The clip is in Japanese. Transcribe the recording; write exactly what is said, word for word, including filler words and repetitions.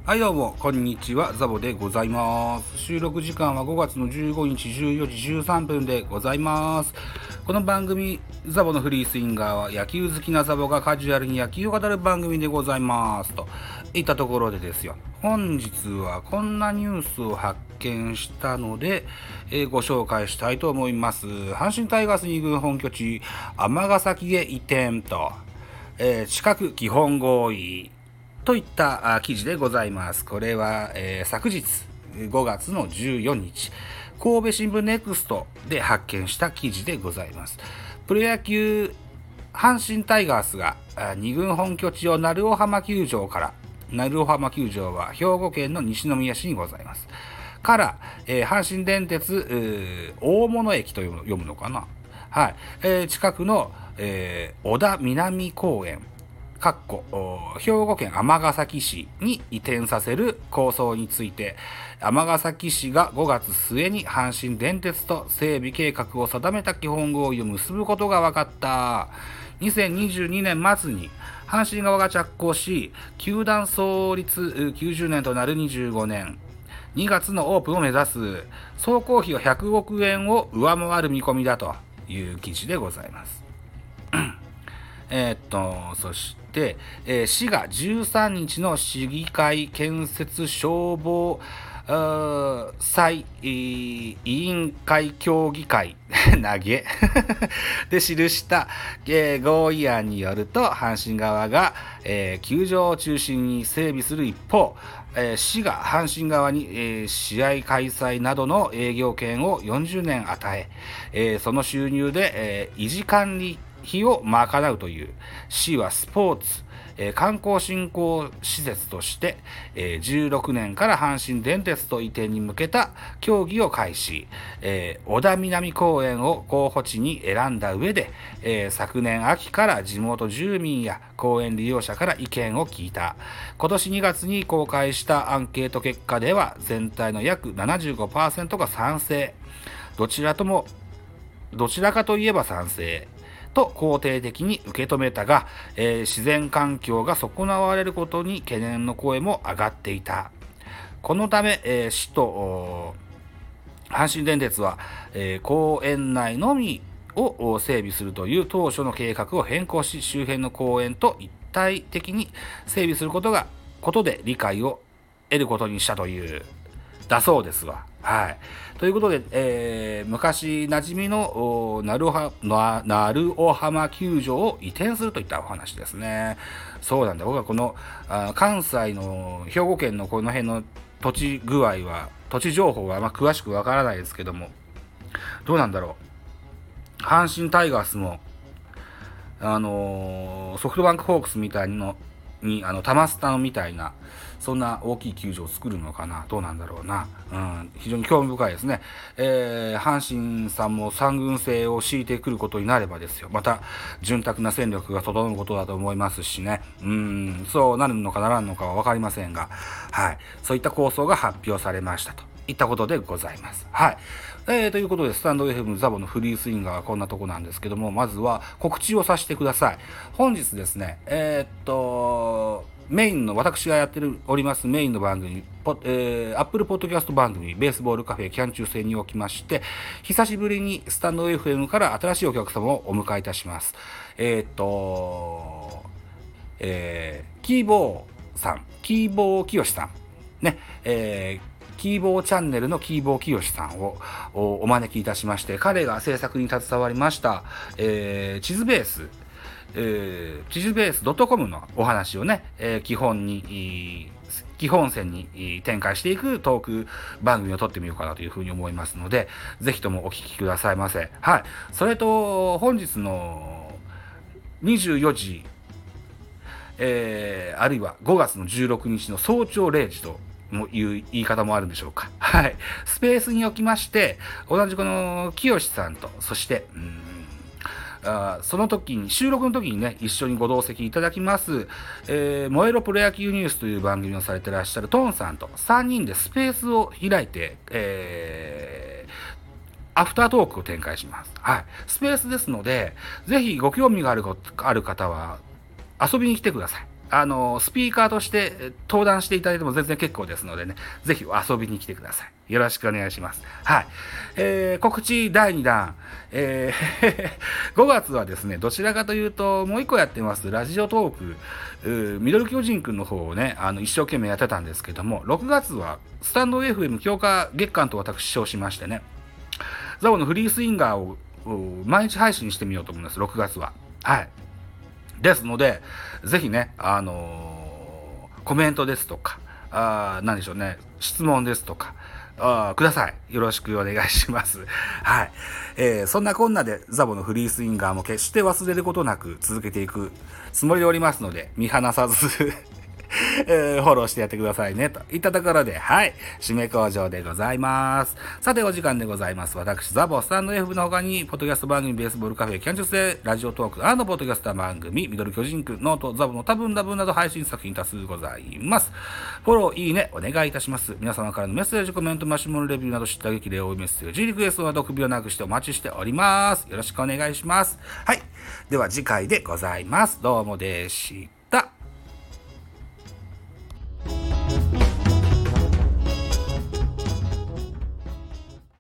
はいどうもこんにちは、ザボでございます。収録時間はごがつのじゅうごにちじゅうよじじゅうさんぷんでございます。この番組ザボのフリースインガーは野球好きなザボがカジュアルに野球を語る番組でございますといったところでですよ、本日はこんなニュースを発見したので、えー、ご紹介したいと思います。阪神タイガースに軍本拠地尼崎へ移転と、えー、近く基本合意といった記事でございます。これは、えー、昨日ごがつのじゅうよっか神戸新聞ネクストで発見した記事でございます。プロ野球阪神タイガースがに軍本拠地を鳴尾浜球場から、鳴尾浜球場は兵庫県の西宮市にございますから、えー、阪神電鉄大物駅と読むのかな、はい、えー、近くの、えー、小田南公園かっこ兵庫県尼崎市に移転させる構想について、尼崎市がごがつ末に阪神電鉄と整備計画を定めた基本合意を結ぶことが分かった。にせんにじゅうにねん末に阪神側が着工し、球団創立きゅうじゅうねんとなるにじゅうごねんにがつのオープンを目指す。総工費はひゃくおくえんを上回る見込みだという記事でございます。えー、っとそして、えー、市がじゅうさんにちの市議会建設消防再委員会協議会投げで記した、えー、合意案によると、阪神側が、えー、球場を中心に整備する一方、えー、市が阪神側に、えー、試合開催などの営業権をよんじゅうねん与え、えー、その収入で、えー、維持管理費を賄うという。市はスポーツ、えー、観光振興施設として、えー、じゅうろくねんから阪神電鉄と移転に向けた協議を開始、えー、小田南公園を候補地に選んだ上で、えー、昨年秋から地元住民や公園利用者から意見を聞いた。今年にがつに公開したアンケート結果では、全体の約 ななじゅうごパーセント が賛成、どちらともどちらかといえば賛成と肯定的に受け止めたが、えー、自然環境が損なわれることに懸念の声も上がっていた。このため、えー、市と阪神電鉄は、えー、公園内のみを整備するという当初の計画を変更し、周辺の公園と一体的に整備することがことで理解を得ることにしたというだそうですわ。はい。ということで、えー、昔馴染みの鳴尾浜球場を移転するといったお話ですね。そうなんだ。僕はこのあ関西の兵庫県のこの辺の土地具合は、土地情報はあんま詳しくわからないですけども、どうなんだろう。阪神タイガースも、あのー、ソフトバンクホークスみたいのに、あの、タマスタみたいな、そんな大きい球場を作るのかな、どうなんだろうな。うん、非常に興味深いですね。えー、阪神さんもさん軍制を敷いてくることになればですよ、また、潤沢な戦力が整うことだと思いますしね。うん、そうなるのかならんのかは分かりませんが、はい。そういった構想が発表されましたといったことでございます。はい。えー、ということで、スタンド エフエム ザボのフリースインガーはこんなとこなんですけども、まずは告知をさせてください。本日ですね、えー、っと、メインの、私がやっておりますメインの番組、えー、Apple Podcast 番組、ベースボールカフェキャン中制におきまして、久しぶりにスタンド エフエム から新しいお客様をお迎えいたします。えー、っと、えー、キーボーさん、キーボーきよしさん、ね、えー、キーボーチャンネルのキーボーきよしさんを お, お招きいたしまして、彼が制作に携わりました、えー、地図ベース、えー、地図ベース .com のお話をね、えー、基本に、基本線に展開していくトーク番組を撮ってみようかなというふうに思いますので、ぜひともお聞きくださいませ。はい。それと、本日のにじゅうよじ、えー、あるいはごがつのじゅうろくにちの早朝れいじと、もいう言い方もあるんでしょうか。はい。スペースにおきまして、同じこの清さんと、そして、うーんあその時に、収録の時にね、一緒にご同席いただきます、えー、燃えろプロ野球ニュースという番組をされていらっしゃるトンさんとさんにんでスペースを開いて、えー、アフタートークを展開します。はい。スペースですので、ぜひご興味がある、ある方は遊びに来てください。 あの、スピーカーとして登壇していただいても全然結構ですのでね、ぜひ遊びに来てください。よろしくお願いします。はい。えー、告知だいにだん。えー、ごがつはですね、どちらかというと、もう一個やってます、ラジオトーク、ミドル巨人くんの方をね、あの、一生懸命やってたんですけども、ろくがつは、スタンド エフエム 強化月間と私称しましてね、ザボのフリースインガーを毎日配信してみようと思います、ろくがつは。はい。ですので、ぜひね、あのー、コメントですとか、あ何でしょうね、質問ですとか、あください。よろしくお願いします。はい。えー、そんなこんなでザボのフリースインガーも決して忘れることなく続けていくつもりでおりますので、見放さずえー、フォローしてやってくださいね。といったところで、はい。締め工場でございます。さて、お時間でございます。私、ザボ、スタンド エフ の他に、ポッドキャスト番組、ベースボールカフェ、キャンチュスで、ラジオトーク、ポッドキャスト番組、ミドル巨人くん、ノート、ザボの多分多分など配信作品多数ございます。フォロー、いいね、お願いいたします。皆様からのメッセージ、コメント、マシュマロレビューなど、知った激励、応援メッセージ、リクエストなど、首をなくしてお待ちしております。よろしくお願いします。はい。では、次回でございます。どうもでした。